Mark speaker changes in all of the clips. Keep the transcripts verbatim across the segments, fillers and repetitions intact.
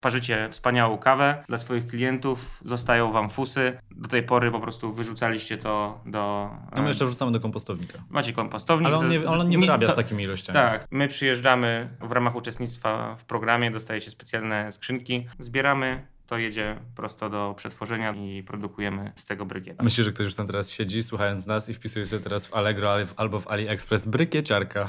Speaker 1: parzycie wspaniałą kawę dla swoich klientów, zostają wam fusy. Do tej pory po prostu wyrzucaliście to do...
Speaker 2: No my jeszcze wrzucamy do kompostownika.
Speaker 1: Macie kompostownik.
Speaker 2: Ale on nie, on nie wyrabia co, z takimi ilościami.
Speaker 1: Tak, my przyjeżdżamy w ramach uczestnictwa w programie, dostajecie specjalne skrzynki, zbieramy, to jedzie prosto do przetworzenia i produkujemy z tego brykiet.
Speaker 2: Myślę, że ktoś już tam teraz siedzi, słuchając nas i wpisuje sobie teraz w Allegro albo w AliExpress brykieciarka.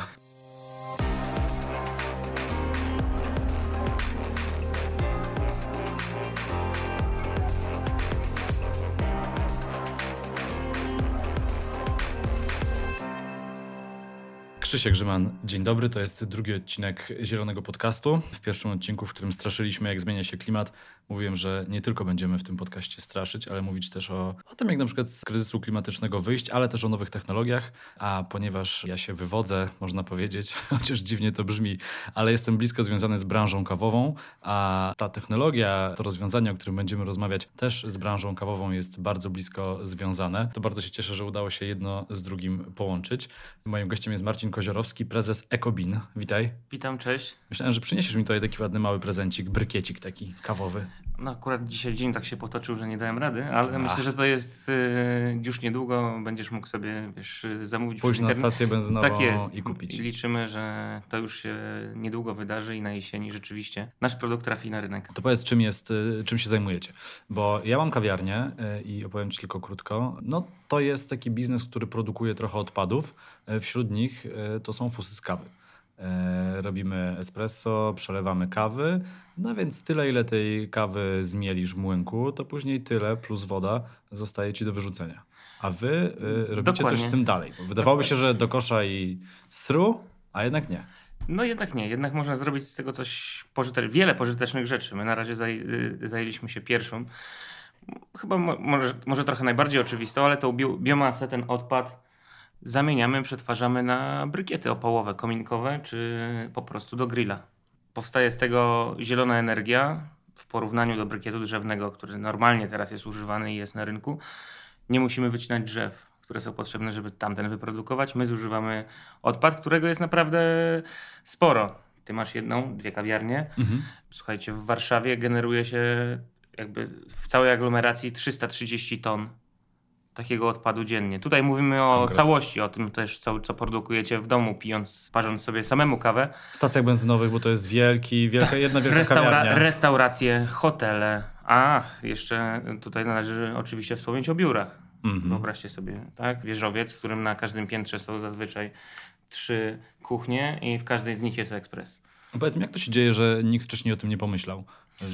Speaker 2: Krzysiek Grzyman, dzień dobry, to jest drugi odcinek Zielonego Podcastu. W pierwszym odcinku, w którym straszyliśmy, jak zmienia się klimat, mówiłem, że nie tylko będziemy w tym podcaście straszyć, ale mówić też o, o tym, jak na przykład z kryzysu klimatycznego wyjść, ale też o nowych technologiach. A ponieważ ja się wywodzę, można powiedzieć, chociaż dziwnie to brzmi, ale jestem blisko związany z branżą kawową, a ta technologia, to rozwiązanie, o którym będziemy rozmawiać, też z branżą kawową jest bardzo blisko związane. To bardzo się cieszę, że udało się jedno z drugim połączyć. Moim gościem jest Marcin Koziorowski, prezes Ecobin. Witaj.
Speaker 1: Witam, cześć.
Speaker 2: Myślałem, że przyniesiesz mi tutaj taki ładny mały prezencik, brykiecik taki kawowy.
Speaker 1: No akurat dzisiaj dzień tak się potoczył, że nie dałem rady, ale Ach. myślę, że to jest yy, już niedługo będziesz mógł sobie, wiesz, zamówić.
Speaker 2: Pójść na stację benzynową
Speaker 1: tak jest.
Speaker 2: i kupić.
Speaker 1: I liczymy, że to już się niedługo wydarzy i na jesieni rzeczywiście nasz produkt trafi na rynek.
Speaker 2: To powiedz, czym jest, czym się zajmujecie? Bo ja mam kawiarnię i opowiem ci tylko krótko. No to jest taki biznes, który produkuje trochę odpadów. Wśród nich to są fusy z kawy. Robimy espresso, przelewamy kawy, no więc tyle, ile tej kawy zmielisz w młynku, to później tyle plus woda zostaje ci do wyrzucenia. A wy y, robicie
Speaker 1: Dokładnie.
Speaker 2: coś z tym dalej. Bo wydawałoby się, że do kosza i sru, a jednak nie.
Speaker 1: No jednak nie, jednak można zrobić z tego coś pożytecznego, wiele pożytecznych rzeczy. My na razie zaj, zajęliśmy się pierwszą, chyba mo, może, może trochę najbardziej oczywistą, ale tą bio, biomasę, ten odpad zamieniamy, przetwarzamy na brykiety opałowe, kominkowe, czy po prostu do grilla. Powstaje z tego zielona energia w porównaniu do brykietu drzewnego, który normalnie teraz jest używany i jest na rynku. Nie musimy wycinać drzew, które są potrzebne, żeby tamten wyprodukować. My zużywamy odpad, którego jest naprawdę sporo. Ty masz jedną, dwie kawiarnie. Mhm. Słuchajcie, w Warszawie generuje się jakby w całej aglomeracji trzysta trzydzieści ton takiego odpadu dziennie. Tutaj mówimy o Konkret. całości, o tym też, co, co produkujecie w domu, pijąc, parząc sobie samemu kawę.
Speaker 2: W stacjach benzynowych, bo to jest wielki, wielka, tak, jedna wielka restaura- kawiarnia.
Speaker 1: Restauracje, hotele. A, jeszcze tutaj należy oczywiście wspomnieć o biurach. Mm-hmm. Wyobraźcie sobie, tak? Wieżowiec, w którym na każdym piętrze są zazwyczaj trzy kuchnie i w każdej z nich jest ekspres.
Speaker 2: No powiedz mi, jak to się dzieje, że nikt wcześniej o tym nie pomyślał?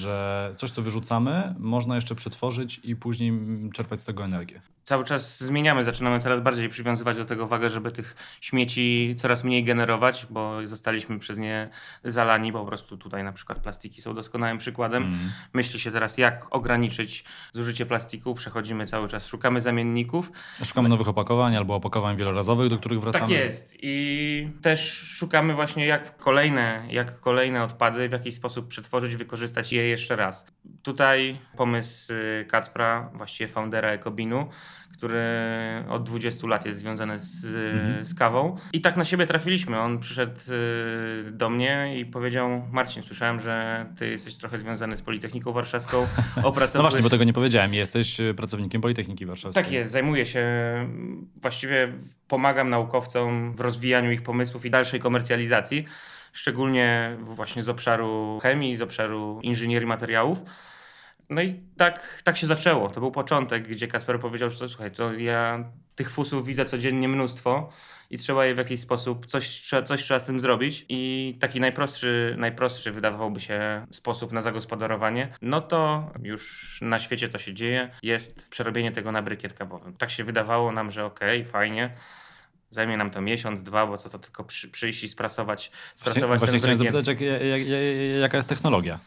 Speaker 2: Że coś, co wyrzucamy, można jeszcze przetworzyć i później czerpać z tego energię.
Speaker 1: Cały czas zmieniamy, zaczynamy coraz bardziej przywiązywać do tego wagę, żeby tych śmieci coraz mniej generować, bo zostaliśmy przez nie zalani, po prostu tutaj na przykład plastiki są doskonałym przykładem. Mm. Myśli się teraz, jak ograniczyć zużycie plastiku, przechodzimy cały czas, szukamy zamienników.
Speaker 2: Szukamy nowych opakowań albo opakowań wielorazowych, do których wracamy.
Speaker 1: Tak jest i też szukamy właśnie jak kolejne, jak kolejne odpady w jakiś sposób przetworzyć, wykorzystać je jeszcze raz. Tutaj pomysł Kacpra, właściwie foundera Ecobinu, który od dwudziestu lat jest związany z, mhm. z kawą. I tak na siebie trafiliśmy. On przyszedł do mnie i powiedział: Marcin, słyszałem, że ty jesteś trochę związany z Politechniką Warszawską.
Speaker 2: Opracowujesz... No właśnie, bo tego nie powiedziałem. Jesteś pracownikiem Politechniki Warszawskiej.
Speaker 1: Tak jest. Zajmuję się, właściwie pomagam naukowcom w rozwijaniu ich pomysłów i dalszej komercjalizacji. Szczególnie właśnie z obszaru chemii, z obszaru inżynierii materiałów. No i tak, tak się zaczęło. To był początek, gdzie Kacper powiedział, że to, słuchaj, to ja tych fusów widzę codziennie mnóstwo i trzeba je w jakiś sposób, coś, coś trzeba z tym zrobić. I taki najprostszy, najprostszy wydawałby się sposób na zagospodarowanie, no to już na świecie to się dzieje, jest przerobienie tego na brykiet kawowy. Tak się wydawało nam, że okej, okay, fajnie. Zajmie nam to miesiąc, dwa, bo co to tylko przy, przyjść i sprasować, sprasować
Speaker 2: właśnie,
Speaker 1: ten
Speaker 2: Właśnie chciałem zapytać, jak, jak, jak, jaka jest technologia?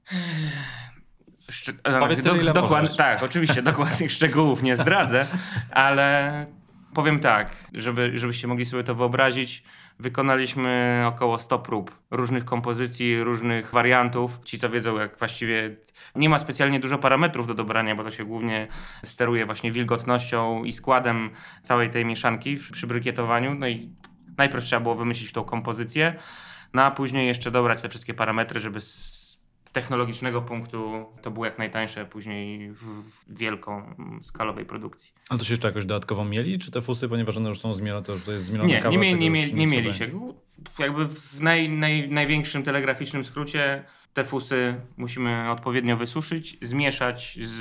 Speaker 1: Szczy... Powiedz do, ile dokład... Tak, oczywiście dokładnych szczegółów nie zdradzę, ale powiem tak, żeby, żebyście mogli sobie to wyobrazić. Wykonaliśmy około stu prób różnych kompozycji, różnych wariantów. Ci, co wiedzą, jak właściwie nie ma specjalnie dużo parametrów do dobrania, bo to się głównie steruje właśnie wilgotnością i składem całej tej mieszanki przy brykietowaniu. No i najpierw trzeba było wymyślić tą kompozycję, no a później jeszcze dobrać te wszystkie parametry, żeby technologicznego punktu to było jak najtańsze później w wielką skalowej produkcji.
Speaker 2: Ale to się jeszcze jakoś dodatkowo mieli, czy te fusy, ponieważ one już są zmielone, to już to jest zmielona
Speaker 1: Nie,
Speaker 2: kawa?
Speaker 1: nie, mie-
Speaker 2: tego
Speaker 1: nie,
Speaker 2: już
Speaker 1: mie- nie mieli
Speaker 2: trzeba.
Speaker 1: się. Jakby w naj, naj, największym telegraficznym skrócie te fusy musimy odpowiednio wysuszyć, zmieszać z...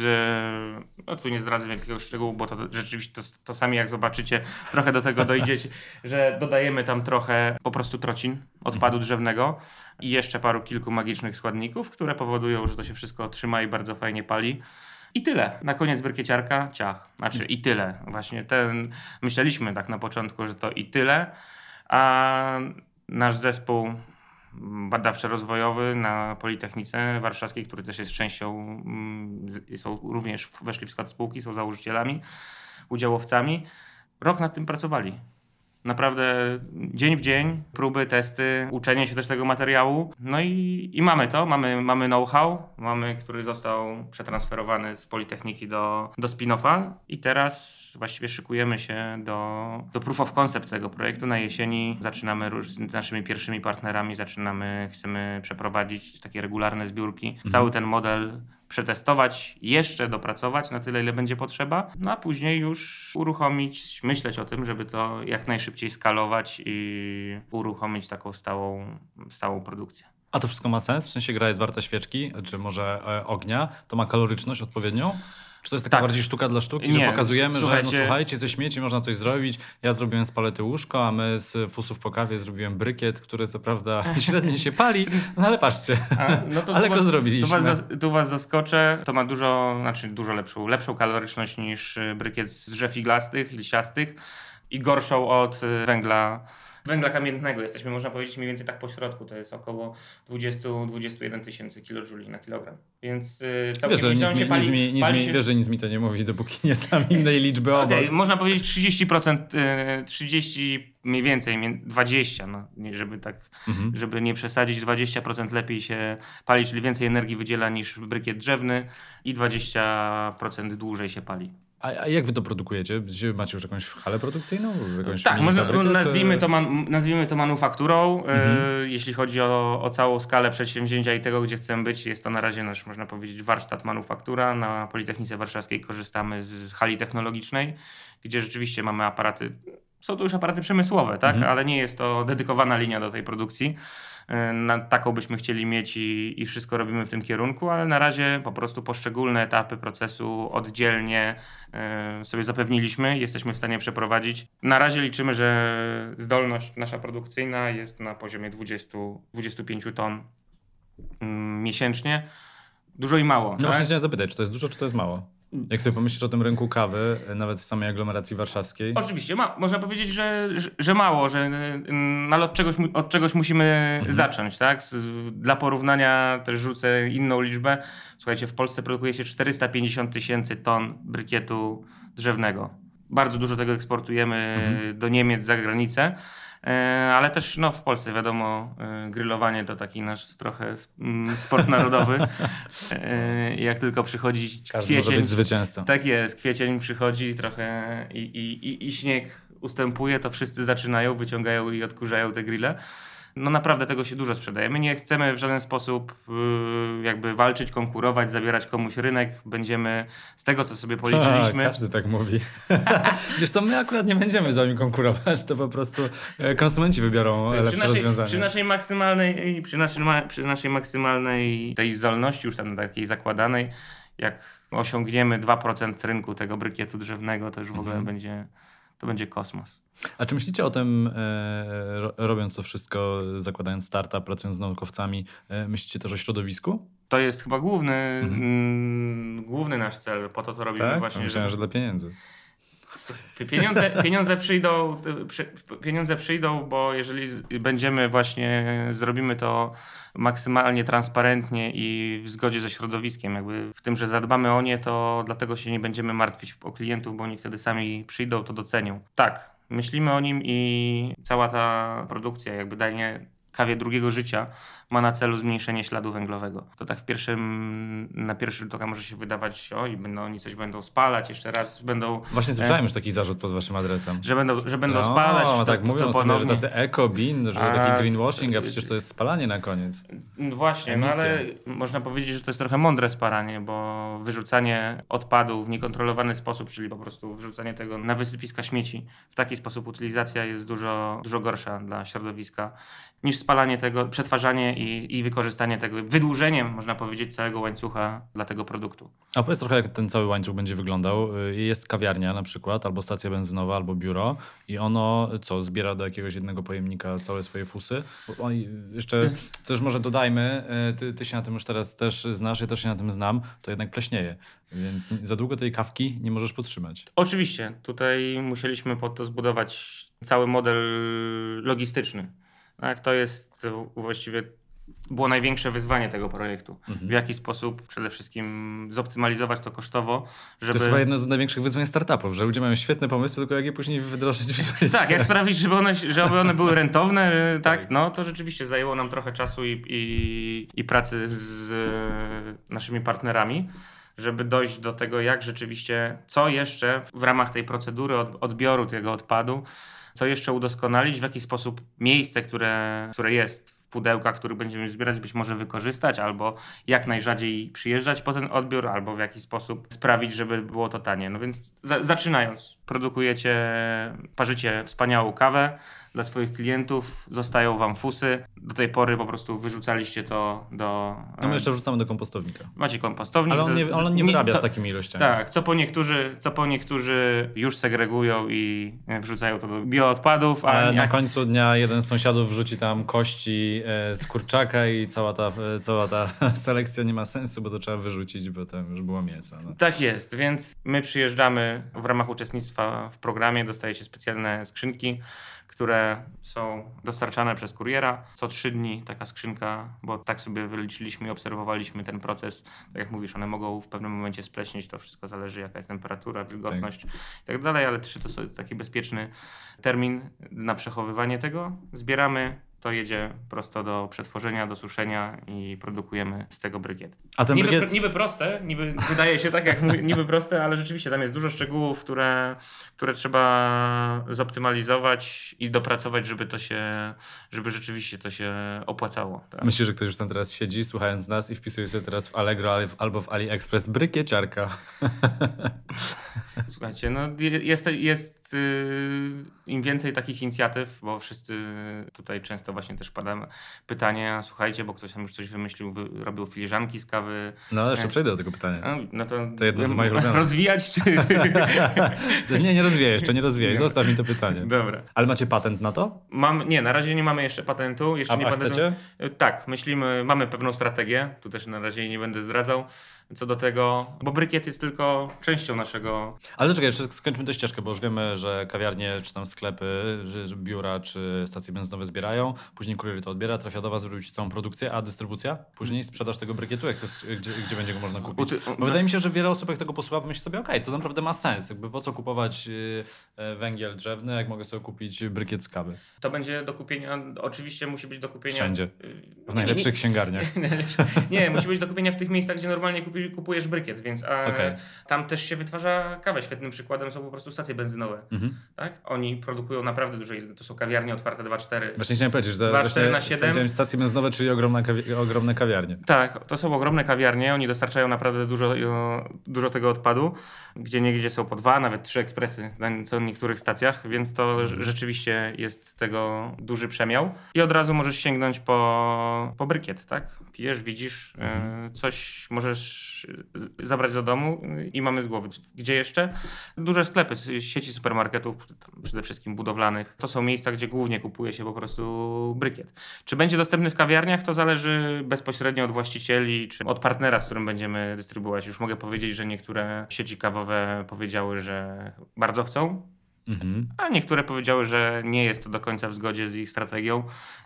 Speaker 1: No tu nie zdradzę wielkiego szczegółu, bo to rzeczywiście to, to sami jak zobaczycie, trochę do tego dojdziecie, że dodajemy tam trochę po prostu trocin, odpadu drzewnego i jeszcze paru kilku magicznych składników, które powodują, że to się wszystko trzyma i bardzo fajnie pali. I tyle. Na koniec brykieciarka, ciach. Znaczy i tyle. Właśnie ten, myśleliśmy tak na początku, że to i tyle, a nasz zespół badawczo-rozwojowy na Politechnice Warszawskiej, który też jest częścią, są również weszli w skład spółki, są założycielami, udziałowcami, rok nad tym pracowali. Naprawdę dzień w dzień, próby, testy, uczenie się też tego materiału. No i, i mamy to, mamy, mamy know-how, mamy, który został przetransferowany z Politechniki do, do spin-offa i teraz właściwie szykujemy się do, do proof of concept tego projektu. Na jesieni zaczynamy z naszymi pierwszymi partnerami, zaczynamy, chcemy przeprowadzić takie regularne zbiórki. Mhm. Cały ten model przetestować, jeszcze dopracować na tyle, ile będzie potrzeba, no a później już uruchomić, myśleć o tym, żeby to jak najszybciej skalować i uruchomić taką stałą, stałą produkcję.
Speaker 2: A to wszystko ma sens? W sensie gra jest warta świeczki, czy może e, ognia? To ma kaloryczność odpowiednią? Czy to jest taka
Speaker 1: tak.
Speaker 2: bardziej sztuka dla sztuki,
Speaker 1: Nie,
Speaker 2: że pokazujemy,
Speaker 1: słuchajcie...
Speaker 2: że no słuchajcie, ze śmieci można coś zrobić. Ja zrobiłem z palety łóżko, a my z fusów po kawie zrobiłem brykiet, który co prawda średnio się pali, no ale patrzcie, a, no to ale go was, zrobiliśmy.
Speaker 1: Tu was, tu was zaskoczę, to ma dużo, znaczy dużo lepszą, lepszą kaloryczność niż brykiet z drzew iglastych, lisiastych i gorszą od węgla Węgla kamiennego. Jesteśmy, można powiedzieć, mniej więcej tak po środku. To jest około dwadzieścia do dwudziestu jeden tysięcy kilojuli na kilogram. Więc yy, całkiem
Speaker 2: wiesz, że nic,
Speaker 1: się
Speaker 2: mi,
Speaker 1: pali,
Speaker 2: nic, mi, nic,
Speaker 1: pali
Speaker 2: mi,
Speaker 1: się...
Speaker 2: wiesz, że nic mi to nie mówi, dopóki nie znam innej liczby obok.
Speaker 1: Okay, można powiedzieć trzydzieści procent, yy, trzydzieści mniej więcej, dwadzieścia, no, nie, żeby tak, mhm. żeby nie przesadzić, dwadzieścia procent lepiej się pali, czyli więcej energii wydziela niż brykiet drzewny i dwadzieścia procent dłużej się pali.
Speaker 2: A, a jak wy to produkujecie? Macie już jakąś halę produkcyjną? Jakąś
Speaker 1: tak, może
Speaker 2: fabrykę,
Speaker 1: nazwijmy,
Speaker 2: czy...
Speaker 1: to man, nazwijmy to manufakturą.
Speaker 2: Mhm.
Speaker 1: E, jeśli chodzi o, o całą skalę przedsięwzięcia i tego, gdzie chcemy być, jest to na razie nasz, można powiedzieć, warsztat manufaktura. Na Politechnice Warszawskiej korzystamy z hali technologicznej, gdzie rzeczywiście mamy aparaty, są to już aparaty przemysłowe, tak? Mhm. Ale nie jest to dedykowana linia do tej produkcji. Na taką byśmy chcieli mieć i, i wszystko robimy w tym kierunku, ale na razie po prostu poszczególne etapy procesu oddzielnie y, sobie zapewniliśmy i jesteśmy w stanie przeprowadzić. Na razie liczymy, że zdolność nasza produkcyjna jest na poziomie dwudziestu do dwudziestu pięciu ton y, miesięcznie. Dużo i mało.
Speaker 2: No
Speaker 1: tak?
Speaker 2: właśnie chciałem zapytać, czy to jest dużo, czy to jest mało? Jak sobie pomyślisz o tym rynku kawy, nawet w samej aglomeracji warszawskiej?
Speaker 1: Oczywiście, ma, można powiedzieć, że, że, że mało, że, ale od czegoś, od czegoś musimy mhm. zacząć. Tak? Dla porównania też rzucę inną liczbę. Słuchajcie, w Polsce produkuje się czterysta pięćdziesiąt tysięcy ton brykietu drzewnego. Bardzo dużo tego eksportujemy mhm. do Niemiec, za granicę. Ale też no, w Polsce wiadomo, grillowanie to taki nasz trochę sport narodowy. Jak tylko przychodzi
Speaker 2: Każdy
Speaker 1: kwiecień,
Speaker 2: może być zwycięzcą.
Speaker 1: Tak jest, kwiecień przychodzi trochę i, i, i, i śnieg ustępuje, to wszyscy zaczynają, wyciągają i odkurzają te grille. No naprawdę tego się dużo sprzedaje. My nie chcemy w żaden sposób yy, jakby walczyć, konkurować, zabierać komuś rynek. Będziemy z tego, co sobie policzyliśmy...
Speaker 2: Tak, każdy tak mówi. Wiesz co, my akurat nie będziemy z wami konkurować, to po prostu konsumenci wybiorą
Speaker 1: przy,
Speaker 2: lepsze
Speaker 1: przy naszej,
Speaker 2: rozwiązania.
Speaker 1: Przy naszej maksymalnej, przy naszej, przy naszej maksymalnej tej zdolności już tam takiej zakładanej, jak osiągniemy dwa procent rynku tego brykietu drzewnego, to już w ogóle mhm. będzie... To będzie kosmos. A
Speaker 2: czy myślicie o tym, e, robiąc to wszystko, zakładając startup, pracując z naukowcami, e, myślicie też o środowisku?
Speaker 1: To jest chyba główny, mhm. m, główny nasz cel. Po to to robimy
Speaker 2: tak?
Speaker 1: właśnie.
Speaker 2: Myślałem,
Speaker 1: żeby...
Speaker 2: że dla pieniędzy.
Speaker 1: Pieniądze, pieniądze, przyjdą, pieniądze przyjdą, bo jeżeli będziemy właśnie, zrobimy to maksymalnie transparentnie i w zgodzie ze środowiskiem, jakby w tym, że zadbamy o nie, to dlatego się nie będziemy martwić o klientów, bo oni wtedy sami przyjdą, to docenią. Tak, myślimy o nim i cała ta produkcja jakby daje kawie drugiego życia ma na celu zmniejszenie śladu węglowego. To tak w pierwszym, na pierwszy rzut oka może się wydawać, o i będą oni coś będą spalać, jeszcze raz będą...
Speaker 2: Właśnie słyszałem e, już taki zarzut pod waszym adresem.
Speaker 1: Że będą, że będą
Speaker 2: no,
Speaker 1: spalać.
Speaker 2: No
Speaker 1: to,
Speaker 2: tak
Speaker 1: to,
Speaker 2: mówią
Speaker 1: to
Speaker 2: sobie,
Speaker 1: ponownie...
Speaker 2: że tacy eco-bean, że
Speaker 1: a,
Speaker 2: taki greenwashing, a przecież to jest spalanie na koniec.
Speaker 1: Właśnie,
Speaker 2: Emisja.
Speaker 1: no ale można powiedzieć, że to jest trochę mądre spalanie, bo wyrzucanie odpadów w niekontrolowany sposób, czyli po prostu wyrzucanie tego na wysypiska śmieci, w taki sposób utylizacja jest dużo, dużo gorsza dla środowiska niż spalanie tego, przetwarzanie i, i wykorzystanie tego, wydłużeniem, można powiedzieć, całego łańcucha dla tego produktu.
Speaker 2: A powiedz trochę, jak ten cały łańcuch będzie wyglądał. Jest kawiarnia na przykład, albo stacja benzynowa, albo biuro i ono co, zbiera do jakiegoś jednego pojemnika całe swoje fusy? Bo jeszcze też może dodajmy, ty, ty się na tym już teraz też znasz, ja też się na tym znam, to jednak pleśnieje, więc za długo tej kawki nie możesz podtrzymać.
Speaker 1: Oczywiście, tutaj musieliśmy pod to zbudować cały model logistyczny. Tak, to jest właściwie było największe wyzwanie tego projektu. Mhm. W jaki sposób przede wszystkim zoptymalizować to kosztowo, żeby...
Speaker 2: To jest chyba jedno z największych wyzwań startupów, że ludzie mają świetne pomysły, tylko jak je później wdrożyć w życie.
Speaker 1: Tak, jak sprawić, żeby one, żeby one były rentowne, tak, no to rzeczywiście zajęło nam trochę czasu i, i, i pracy z naszymi partnerami, żeby dojść do tego, jak rzeczywiście, co jeszcze w ramach tej procedury odbioru tego odpadu, co jeszcze udoskonalić, w jaki sposób miejsce, które, które jest w pudełkach, których będziemy zbierać, być może wykorzystać, albo jak najrzadziej przyjeżdżać po ten odbiór, albo w jaki sposób sprawić, żeby było to tanie. No więc za, zaczynając, produkujecie, parzycie wspaniałą kawę dla swoich klientów, zostają wam fusy. Do tej pory po prostu wyrzucaliście to do...
Speaker 2: No my jeszcze wrzucamy do kompostownika.
Speaker 1: Macie kompostownik.
Speaker 2: Ale on nie, on nie wyrabia co, z takimi ilościami.
Speaker 1: Tak, co po niektórzy, co po niektórzy już segregują i wrzucają to do bioodpadów. A
Speaker 2: Ale
Speaker 1: nie...
Speaker 2: na końcu dnia jeden z sąsiadów wrzuci tam kości z kurczaka i cała ta, cała ta selekcja nie ma sensu, bo to trzeba wyrzucić, bo tam już było mięso. No.
Speaker 1: Tak jest, więc my przyjeżdżamy w ramach uczestnictwa w programie, dostajecie specjalne skrzynki, które są dostarczane przez kuriera. Co trzy dni taka skrzynka, bo tak sobie wyliczyliśmy i obserwowaliśmy ten proces. Tak jak mówisz, one mogą w pewnym momencie spleśnieć, to wszystko zależy jaka jest temperatura, wilgotność tak. i tak dalej, ale trzy to są taki bezpieczny termin na przechowywanie tego. Zbieramy, to jedzie prosto do przetworzenia, do suszenia i produkujemy z tego brykiet.
Speaker 2: A ten
Speaker 1: niby,
Speaker 2: brykiet...
Speaker 1: niby proste, niby wydaje się tak jak mówię, niby proste, ale rzeczywiście tam jest dużo szczegółów, które, które trzeba zoptymalizować i dopracować, żeby to się, żeby rzeczywiście to się opłacało. Tak?
Speaker 2: Myślę, że ktoś już tam teraz siedzi, słuchając nas i wpisuje sobie teraz w Allegro albo w AliExpress brykieciarka.
Speaker 1: Słuchajcie, no jest, jest yy, im więcej takich inicjatyw, bo wszyscy tutaj często właśnie też pada pytanie, słuchajcie, bo ktoś tam już coś wymyślił, wy, robił filiżanki z kawy.
Speaker 2: No jeszcze przejdę do tego pytania.
Speaker 1: No, no to,
Speaker 2: to jedno z moich ulubionych.
Speaker 1: Rozwijać czy...
Speaker 2: nie, nie rozwijaj jeszcze, nie rozwijaj, zostaw mi to pytanie.
Speaker 1: Dobra.
Speaker 2: Ale macie patent na to?
Speaker 1: Mam, nie, na razie nie mamy jeszcze patentu. Jeszcze
Speaker 2: a,
Speaker 1: nie
Speaker 2: a
Speaker 1: patentu.
Speaker 2: chcecie?
Speaker 1: Tak, myślimy, mamy pewną strategię, tu też na razie nie będę zdradzał. Co do tego, bo brykiet jest tylko częścią naszego...
Speaker 2: Ale czekaj, jeszcze skończmy tę ścieżkę, bo już wiemy, że kawiarnie, czy tam sklepy, że, że biura, czy stacje benzynowe zbierają, później kurier to odbiera, trafia do was, wróci całą produkcję, a dystrybucja? Później sprzedaż tego brykietu, jak to, gdzie, gdzie będzie go można kupić? Bo wydaje mi się, że wiele osób jak tego posłucha, myśli sobie, okej, okay, to naprawdę ma sens, jakby po co kupować yy, węgiel drzewny, jak mogę sobie kupić brykiet z kawy?
Speaker 1: To będzie do kupienia, oczywiście musi być do kupienia...
Speaker 2: Wszędzie, w najlepszych nie, księgarniach.
Speaker 1: Nie, nie, musi być do kupienia w tych miejscach, gdzie normalnie kupi kupujesz brykiet, więc a okay. tam też się wytwarza kawę. Świetnym przykładem są po prostu stacje benzynowe. Mhm. Tak? Oni produkują naprawdę dużo, to są kawiarnie otwarte dwa cztery.
Speaker 2: Właśnie chciałem powiedzieć, że dwa cztery na siedem. Stacje benzynowe, czyli ogromne, kawi- ogromne kawiarnie.
Speaker 1: Tak, to są ogromne kawiarnie, oni dostarczają naprawdę dużo, dużo tego odpadu, gdzie niegdzie są po dwa, nawet trzy ekspresy na co niektórych stacjach, więc to mhm. rzeczywiście jest tego duży przemiał. I od razu możesz sięgnąć po, po brykiet, tak? Pijesz, widzisz, mhm. coś możesz zabrać do domu i mamy z głowy. Gdzie jeszcze? Duże sklepy, sieci supermarketów, przede wszystkim budowlanych. To są miejsca, gdzie głównie kupuje się po prostu brykiet. Czy będzie dostępny w kawiarniach? To zależy bezpośrednio od właścicieli, czy od partnera, z którym będziemy dystrybuować. Już mogę powiedzieć, że niektóre sieci kawowe powiedziały, że bardzo chcą. Mhm. A niektóre powiedziały, że nie jest to do końca w zgodzie z ich strategią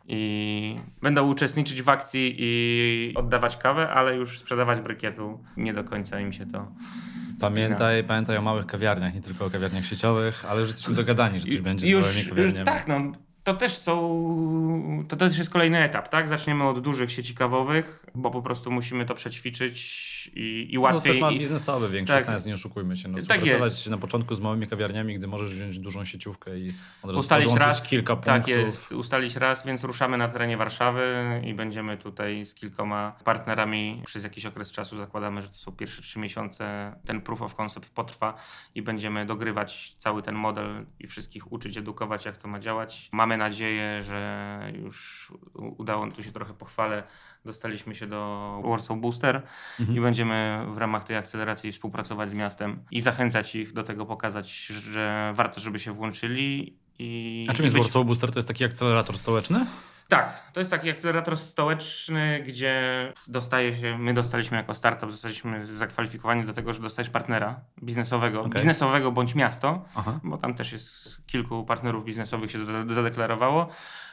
Speaker 1: i będą uczestniczyć w akcji i oddawać kawę, ale już sprzedawać brykietu nie do końca im się to
Speaker 2: Pamiętaj, pamiętaj o małych kawiarniach, nie tylko o kawiarniach sieciowych, ale już jesteśmy dogadani, że coś będzie z małymi kawiarniami.
Speaker 1: Tak, no To też są, to też jest kolejny etap, tak? Zaczniemy od dużych sieci kawowych, bo po prostu musimy to przećwiczyć i, i
Speaker 2: No
Speaker 1: łatwiej.
Speaker 2: to też ma
Speaker 1: i-
Speaker 2: biznesowy większy
Speaker 1: tak.
Speaker 2: sens, nie oszukujmy się. No,
Speaker 1: Tak
Speaker 2: współpracować
Speaker 1: jest.
Speaker 2: na początku z małymi kawiarniami, gdy możesz wziąć dużą sieciówkę i od razu
Speaker 1: Ustalić
Speaker 2: podłączyć
Speaker 1: raz,
Speaker 2: kilka punktów.
Speaker 1: tak jest, ustalić raz, więc ruszamy na terenie Warszawy i będziemy tutaj z kilkoma partnerami przez jakiś okres czasu. Zakładamy, że to są pierwsze trzy miesiące, ten proof of concept potrwa i będziemy dogrywać cały ten model i wszystkich uczyć, edukować, jak to ma działać. Mamy nadzieję, że już udało, tu się trochę pochwalę, dostaliśmy się do Warsaw Booster
Speaker 2: Mhm.
Speaker 1: i będziemy w ramach tej akceleracji współpracować z miastem i zachęcać ich do tego, pokazać, że warto, żeby się włączyli. I,
Speaker 2: A czym
Speaker 1: i
Speaker 2: jest
Speaker 1: być-
Speaker 2: Warsaw Booster? To jest taki akcelerator stołeczny?
Speaker 1: Tak, to jest taki akcelerator stołeczny, gdzie dostaje się, my dostaliśmy jako startup, zostaliśmy zakwalifikowani do tego, że dostajesz partnera biznesowego,
Speaker 2: Okej.
Speaker 1: biznesowego bądź miasto,
Speaker 2: Aha.
Speaker 1: bo tam też jest kilku partnerów biznesowych się za- zadeklarowało.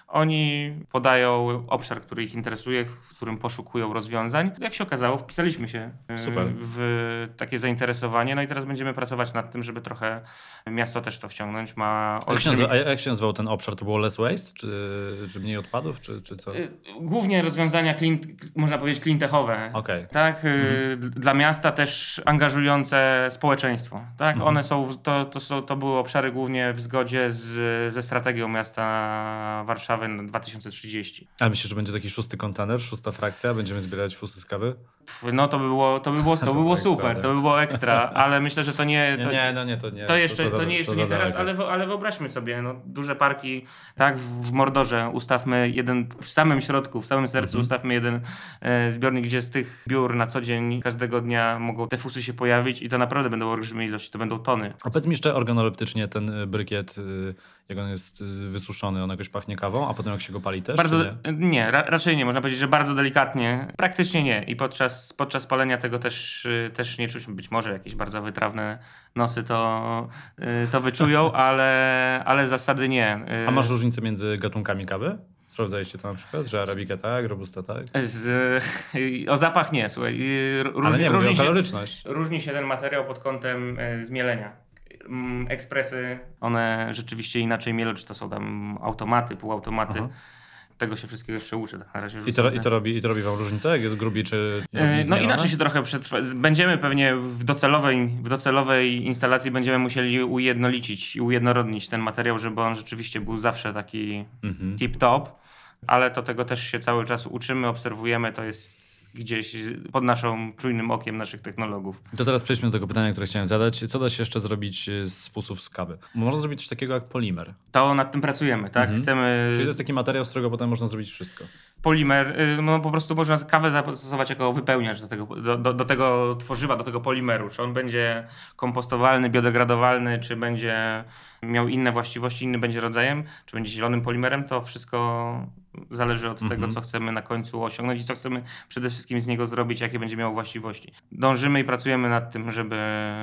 Speaker 1: Oni podają obszar, który ich interesuje, w którym poszukują rozwiązań. Jak się okazało, wpisaliśmy się e,
Speaker 2: Super.
Speaker 1: w takie zainteresowanie. No i teraz będziemy pracować nad tym, żeby trochę miasto też to wciągnąć. Ma
Speaker 2: Jak się,
Speaker 1: olbrzymi-
Speaker 2: nazywa, a jak się nazywał ten obszar? To było less waste? Czy, czy mniej odpadów? Czy, czy co?
Speaker 1: Y, Głównie rozwiązania, clean, można powiedzieć, cleantechowe.
Speaker 2: Okej.
Speaker 1: Tak, y,
Speaker 2: Mhm.
Speaker 1: d- dla miasta też angażujące społeczeństwo. Tak,
Speaker 2: Mhm.
Speaker 1: one są, w- to, to, są, to były obszary głównie w zgodzie z, ze strategią miasta Warszawy na dwa tysiące trzydzieści.
Speaker 2: A myślisz, że będzie taki szósty kontener, szósta frakcja? Będziemy zbierać fusy z kawy?
Speaker 1: Pff, No to by było, to by było, to
Speaker 2: To
Speaker 1: by było
Speaker 2: ekstra,
Speaker 1: super,
Speaker 2: nie?
Speaker 1: to by było ekstra, ale myślę, że to nie...
Speaker 2: Nie,
Speaker 1: To,
Speaker 2: nie, no nie, to nie.
Speaker 1: To jeszcze, to,
Speaker 2: za-
Speaker 1: nie, jeszcze
Speaker 2: za
Speaker 1: nie teraz,
Speaker 2: daleko.
Speaker 1: ale, wo- ale wyobraźmy sobie, no, duże parki, tak, w Mordorze ustawmy jeden, w samym środku, w samym sercu
Speaker 2: Mhm.
Speaker 1: ustawmy jeden e, zbiornik, gdzie z tych biur na co dzień, każdego dnia mogą te fusy się pojawić i to naprawdę będą olbrzymie ilości, to będą tony.
Speaker 2: A powiedz mi jeszcze organoleptycznie ten y, brykiet, y, jak on jest y, wysuszony, on jakoś pachnie kawą, a potem jak się go pali też?
Speaker 1: Bardzo,
Speaker 2: czy nie?
Speaker 1: nie, ra, raczej nie, można powiedzieć, że bardzo delikatnie, praktycznie nie i podczas, podczas palenia tego też, y, też nie czuć, być może jakieś bardzo wytrawne nosy to, y, to wyczują, ale, ale zasady nie. Y,
Speaker 2: A masz różnicę między gatunkami kawy? Sprawdzaliście to na przykład, że Arabica tak, Robusta tak?
Speaker 1: Z, o zapach nie, słuchaj. y,
Speaker 2: Ale
Speaker 1: Różni,
Speaker 2: nie, mówię
Speaker 1: różni,
Speaker 2: o
Speaker 1: się,
Speaker 2: kaloryczność.
Speaker 1: różni się ten materiał pod kątem e, zmielenia. Mm, Ekspresy, one rzeczywiście inaczej mielą, czy to są tam automaty, półautomaty.
Speaker 2: Aha.
Speaker 1: Tego się wszystkiego jeszcze uczę. Tak na razie
Speaker 2: I to,
Speaker 1: rzucam
Speaker 2: i, to robi, I to robi wam różnicę, jak jest grubiej czy
Speaker 1: E,
Speaker 2: robi
Speaker 1: No
Speaker 2: zmielone?
Speaker 1: inaczej się trochę przetrwa. Będziemy pewnie w docelowej, w docelowej instalacji będziemy musieli ujednolicić i ujednorodnić ten materiał, żeby on rzeczywiście był zawsze taki
Speaker 2: Mhm.
Speaker 1: tip-top, ale to tego też się cały czas uczymy, obserwujemy, to jest gdzieś pod naszą czujnym okiem naszych technologów.
Speaker 2: To teraz przejdźmy do tego pytania, które chciałem zadać. Co da się jeszcze zrobić z fusów z kawy? Można zrobić coś takiego jak polimer.
Speaker 1: To nad tym pracujemy, tak?
Speaker 2: Mhm.
Speaker 1: Chcemy
Speaker 2: Czyli to jest taki materiał, z którego potem można zrobić wszystko.
Speaker 1: polimer, y, no po prostu można kawę zastosować jako wypełniacz do tego, do, do, do tego tworzywa, do tego polimeru. Czy on będzie kompostowalny, biodegradowalny, czy będzie miał inne właściwości, inny będzie rodzajem, czy będzie zielonym polimerem, to wszystko zależy od
Speaker 2: Mhm.
Speaker 1: tego, co chcemy na końcu osiągnąć i co chcemy przede wszystkim z niego zrobić, jakie będzie miało właściwości. Dążymy i pracujemy nad tym, żeby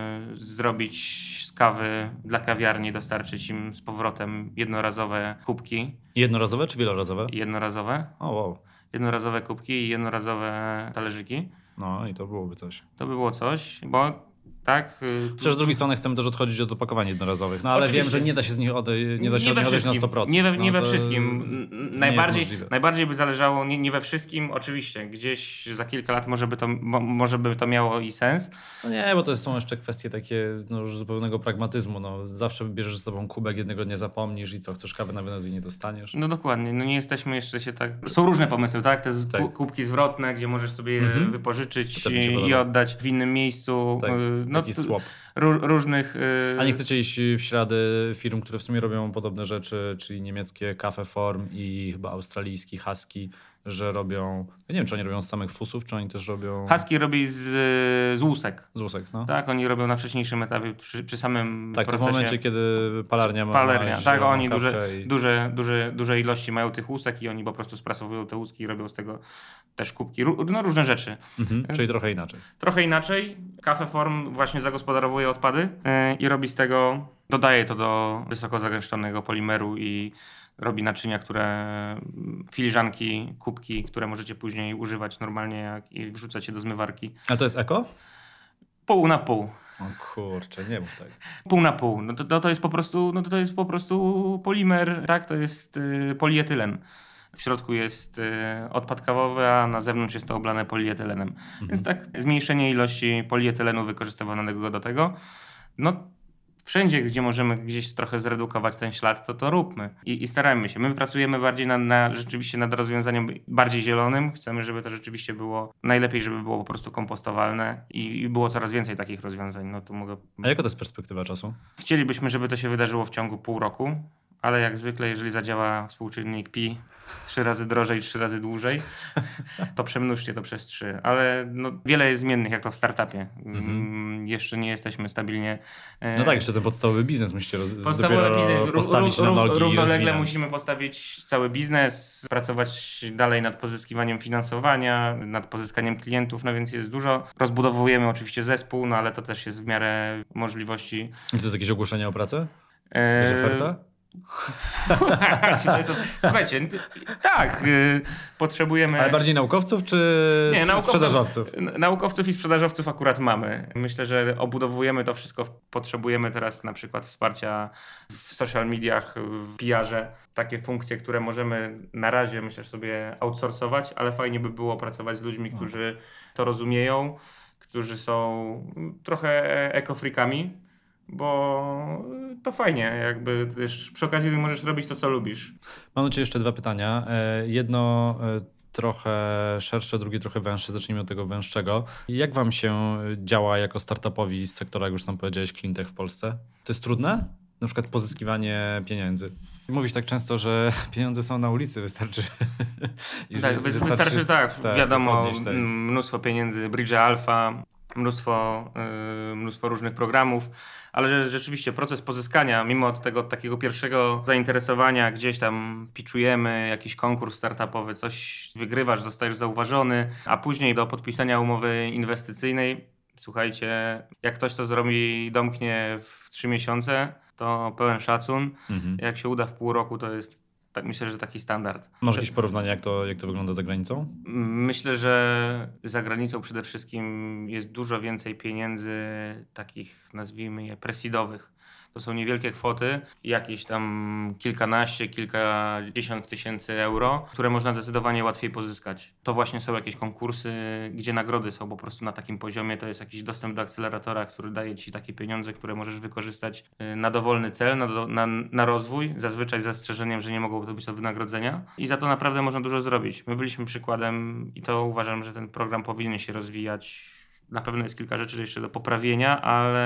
Speaker 1: zrobić z kawy dla kawiarni, dostarczyć im z powrotem jednorazowe kubki,
Speaker 2: Jednorazowe czy wielorazowe?
Speaker 1: jednorazowe,
Speaker 2: O wow.
Speaker 1: jednorazowe kubki i jednorazowe talerzyki.
Speaker 2: No i to byłoby coś.
Speaker 1: To by było coś, bo tak... y, tu-
Speaker 2: Chociaż z drugiej strony chcemy też odchodzić od opakowań jednorazowych. No ale
Speaker 1: Oczywiście.
Speaker 2: wiem, że nie da się z nich odejść, nie da się
Speaker 1: nie
Speaker 2: od
Speaker 1: we
Speaker 2: nich odejść na
Speaker 1: wszystkim.
Speaker 2: sto procent.
Speaker 1: Nie we,
Speaker 2: No
Speaker 1: nie we
Speaker 2: to
Speaker 1: wszystkim.
Speaker 2: nie jest
Speaker 1: Najbardziej,
Speaker 2: możliwe.
Speaker 1: najbardziej by zależało, nie, nie we wszystkim, oczywiście, gdzieś za kilka lat może by to, mo, może by to miało i sens.
Speaker 2: No nie, bo to są jeszcze kwestie takie no, już zupełnego pragmatyzmu. No, zawsze bierzesz z sobą kubek, jednego dnia zapomnisz i co, chcesz kawę na wynos i nie dostaniesz.
Speaker 1: No dokładnie, no nie jesteśmy jeszcze się tak... Są różne pomysły, tak? Te z-
Speaker 2: Tak.
Speaker 1: ku- kubki zwrotne, gdzie możesz sobie
Speaker 2: Mhm.
Speaker 1: wypożyczyć
Speaker 2: To też mi się
Speaker 1: i, i
Speaker 2: podoba.
Speaker 1: oddać w innym miejscu.
Speaker 2: Tak,
Speaker 1: Y, no,
Speaker 2: taki
Speaker 1: t-
Speaker 2: swap.
Speaker 1: ró- różnych... y,
Speaker 2: A nie chcecie iść w ślady firm, które w sumie robią podobne rzeczy, czyli niemieckie Cafe Form i chyba australijski Husky, że robią, ja nie wiem, czy oni robią z samych fusów, czy oni też robią
Speaker 1: Husky robi z, z łusek.
Speaker 2: z łusek, no?
Speaker 1: Tak, oni robią na wcześniejszym etapie, przy, przy samym
Speaker 2: Tak, to w
Speaker 1: procesie.
Speaker 2: momencie, kiedy palarnia ma
Speaker 1: Palernia,
Speaker 2: ma
Speaker 1: tak,
Speaker 2: zieloną
Speaker 1: oni duże,
Speaker 2: kawkę i...
Speaker 1: duże, duże, duże ilości mają tych łusek i oni po prostu sprasowują te łuski i robią z tego też kubki. Ró- No różne rzeczy.
Speaker 2: Mhm, czyli trochę inaczej.
Speaker 1: Trochę inaczej. Cafe Form właśnie zagospodarowuje odpady yy, i robi z tego, dodaje to do wysoko zagęszczonego polimeru i robi naczynia, które, filiżanki, kubki, które możecie później używać normalnie jak, i wrzucać je do zmywarki.
Speaker 2: A to jest eko?
Speaker 1: Pół na pół.
Speaker 2: O kurczę, nie mów tak.
Speaker 1: Pół na pół. No to, to, to jest po prostu, no to, to jest po prostu polimer, tak? To jest y, polietylen. W środku jest y, odpad kawowy, a na zewnątrz jest to oblane polietylenem.
Speaker 2: Mhm.
Speaker 1: Więc tak, zmniejszenie ilości polietylenu wykorzystywanego do tego. No wszędzie, gdzie możemy gdzieś trochę zredukować ten ślad, to to róbmy. I, i starajmy się. My pracujemy bardziej na, na, rzeczywiście nad rozwiązaniem bardziej zielonym. Chcemy, żeby to rzeczywiście było, najlepiej, żeby było po prostu kompostowalne i, i było coraz więcej takich rozwiązań. No tu mogę...
Speaker 2: A jaka to jest perspektywa czasu?
Speaker 1: Chcielibyśmy, żeby to się wydarzyło w ciągu pół roku, ale jak zwykle, jeżeli zadziała współczynnik pi trzy razy drożej, trzy razy dłużej, to przemnóżcie to przez trzy. Ale no, wiele jest zmiennych, jak to w startupie. Mhm. Jeszcze nie jesteśmy stabilnie...
Speaker 2: No tak, jeszcze ten podstawowy biznes musicie roz...
Speaker 1: Podstawowy biznes,
Speaker 2: postawić na nogi.
Speaker 1: Równolegle musimy postawić cały biznes, pracować dalej nad pozyskiwaniem finansowania, nad pozyskaniem klientów, no więc jest dużo. Rozbudowujemy oczywiście zespół, no ale to też jest w miarę możliwości.
Speaker 2: I to jest jakieś ogłoszenie o pracę? Jakaś oferta?
Speaker 1: Słuchajcie, tak, potrzebujemy...
Speaker 2: Ale bardziej naukowców czy Nie, naukowców, sprzedażowców?
Speaker 1: Naukowców i sprzedażowców akurat mamy. Myślę, że obudowujemy to wszystko. Potrzebujemy teraz na przykład wsparcia w social mediach, w P R-ze. Takie funkcje, które możemy na razie, myślę, sobie outsourcować, ale fajnie by było pracować z ludźmi, którzy to rozumieją, którzy są trochę ekofrikami. Bo to fajnie, jakby wiesz, przy okazji możesz robić to, co lubisz.
Speaker 2: Mam do Ciebie jeszcze dwa pytania. Jedno trochę szersze, drugie trochę węższe. Zacznijmy od tego węższego. Jak Wam się działa jako startupowi z sektora, jak już sam powiedziałeś, cleantech w Polsce? To jest trudne? Na przykład pozyskiwanie pieniędzy. Mówisz tak często, że pieniądze są na ulicy, wystarczy...
Speaker 1: tak, wystarczy, wystarczy tak, tak, wiadomo, mnóstwo pieniędzy, Bridge Alpha, mnóstwo, yy, mnóstwo różnych programów, ale rzeczywiście proces pozyskania, mimo od tego takiego pierwszego zainteresowania, gdzieś tam pitchujemy jakiś konkurs startupowy, coś wygrywasz, zostajesz zauważony, a później do podpisania umowy inwestycyjnej, słuchajcie, jak ktoś to zrobi i domknie w trzy miesiące, to pełen szacun. Mhm. Jak się uda w pół roku, to jest tak, myślę, że taki standard.
Speaker 2: Masz jakieś porównanie, jak to, jak to wygląda za granicą?
Speaker 1: Myślę, że za granicą przede wszystkim jest dużo więcej pieniędzy takich, nazwijmy je, presidowych. To są niewielkie kwoty, jakieś tam kilkanaście, kilkadziesiąt tysięcy euro, które można zdecydowanie łatwiej pozyskać. To właśnie są jakieś konkursy, gdzie nagrody są po prostu na takim poziomie. To jest jakiś dostęp do akceleratora, który daje ci takie pieniądze, które możesz wykorzystać na dowolny cel, na, do, na, na rozwój, zazwyczaj z zastrzeżeniem, że nie mogą to być to wynagrodzenia. I za to naprawdę można dużo zrobić. My byliśmy przykładem i to uważam, że ten program powinien się rozwijać. Na pewno jest kilka rzeczy jeszcze do poprawienia,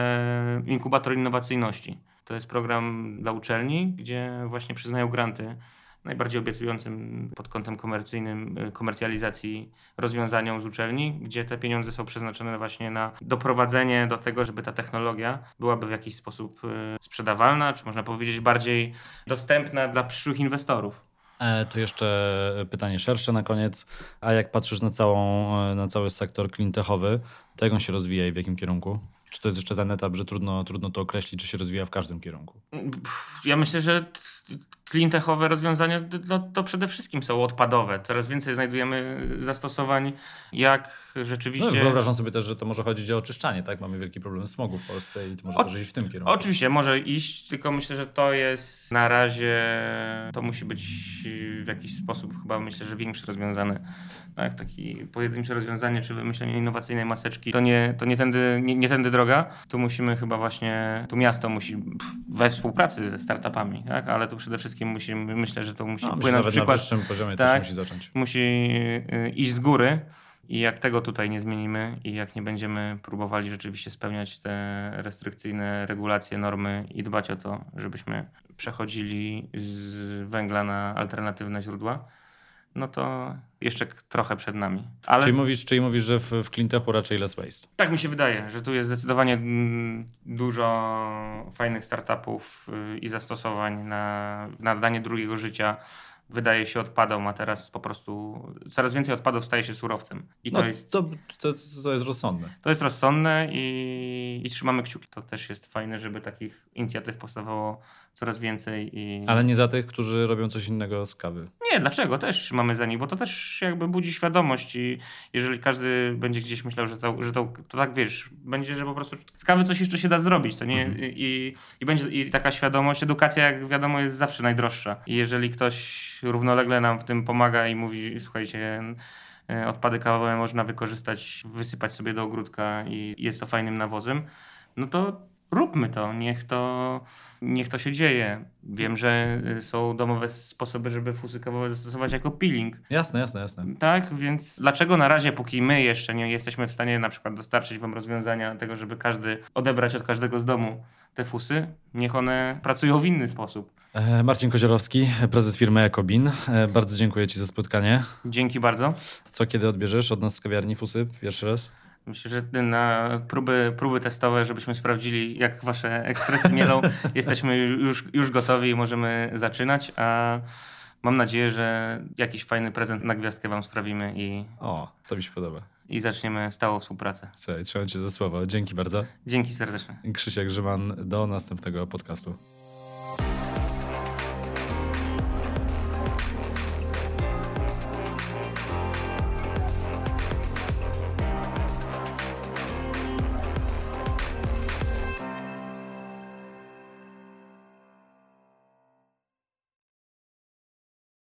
Speaker 1: ale inkubator innowacyjności. To jest program dla uczelni, gdzie właśnie przyznają granty najbardziej obiecującym pod kątem komercyjnym, komercjalizacji rozwiązaniom z uczelni, gdzie te pieniądze są przeznaczone właśnie na doprowadzenie do tego, żeby ta technologia byłaby w jakiś sposób sprzedawalna, czy można powiedzieć bardziej dostępna dla przyszłych inwestorów.
Speaker 2: To jeszcze pytanie szersze na koniec. A jak patrzysz na, całą, na cały sektor cleantechowy, to jak on się rozwija i w jakim kierunku? Czy to jest jeszcze ten etap, że trudno, trudno to określić, czy się rozwija w każdym kierunku?
Speaker 1: Ja myślę, że cleantechowe rozwiązania no, to przede wszystkim są odpadowe. Coraz więcej znajdujemy zastosowań, jak rzeczywiście...
Speaker 2: No, wyobrażam sobie też, że to może chodzić o oczyszczanie, tak? Mamy wielki problem smogu w Polsce i to może o, też iść w tym kierunku.
Speaker 1: Oczywiście, może iść, tylko myślę, że to jest na razie, to musi być w jakiś sposób chyba myślę, że większe rozwiązane. Tak, takie pojedyncze rozwiązanie, czy wymyślenie innowacyjnej maseczki, to nie, to nie tędy, nie, nie tędy droga. Tu musimy chyba właśnie, tu miasto musi we współpracy ze startupami, tak? Ale tu przede wszystkim musimy, myślę, że to musi
Speaker 2: no,
Speaker 1: płynąć
Speaker 2: myślę,
Speaker 1: przykład.
Speaker 2: Na wyższym poziomie tak, też musi zacząć.
Speaker 1: Musi iść z góry i jak tego tutaj nie zmienimy i jak nie będziemy próbowali rzeczywiście spełniać te restrykcyjne regulacje, normy i dbać o to, żebyśmy przechodzili z węgla na alternatywne źródła, no to jeszcze trochę przed nami. Ale...
Speaker 2: Czyli, mówisz, czyli mówisz, że w, w cleantechu raczej less waste?
Speaker 1: Tak mi się wydaje, że tu jest zdecydowanie dużo fajnych startupów i zastosowań na, na danie drugiego życia wydaje się odpadą, a teraz po prostu coraz więcej odpadów staje się surowcem. I to,
Speaker 2: no,
Speaker 1: jest,
Speaker 2: to, to, to jest rozsądne.
Speaker 1: to jest rozsądne i, i trzymamy kciuki. To też jest fajne, żeby takich inicjatyw powstawało coraz więcej. I...
Speaker 2: Ale nie za tych, którzy robią coś innego z kawy.
Speaker 1: Nie, dlaczego? Też mamy za nich, bo to też jakby budzi świadomość i jeżeli każdy będzie gdzieś myślał, że to, że to, to tak wiesz, będzie, że po prostu z kawy coś jeszcze się da zrobić, to nie
Speaker 2: Mhm.
Speaker 1: i, i będzie i taka świadomość, edukacja jak wiadomo jest zawsze najdroższa i jeżeli ktoś równolegle nam w tym pomaga i mówi, słuchajcie, odpady kawowe można wykorzystać, wysypać sobie do ogródka i jest to fajnym nawozem, no to róbmy to, niech to, niech to się dzieje. Wiem, że są domowe sposoby, żeby fusy kawowe zastosować jako peeling.
Speaker 2: Jasne, jasne, jasne.
Speaker 1: Tak, więc dlaczego na razie, póki my jeszcze nie jesteśmy w stanie na przykład dostarczyć wam rozwiązania tego, żeby każdy odebrać od każdego z domu te fusy, niech one pracują w inny sposób.
Speaker 2: Marcin Koziorowski, prezes firmy Ecobin. Bardzo dziękuję ci za spotkanie.
Speaker 1: Dzięki bardzo.
Speaker 2: Co, kiedy odbierzesz od nas z kawiarni fusy pierwszy raz?
Speaker 1: Myślę, że na próby, próby testowe, żebyśmy sprawdzili, jak wasze ekspresy mielą, jesteśmy już, już gotowi i możemy zaczynać, a mam nadzieję, że jakiś fajny prezent na gwiazdkę wam sprawimy i,
Speaker 2: O, to mi się podoba.
Speaker 1: i zaczniemy stałą współpracę.
Speaker 2: Słuchaj, trzymam cię za słowo. Dzięki bardzo.
Speaker 1: Dzięki serdecznie.
Speaker 2: Krzysiek Grzyman, do następnego podcastu.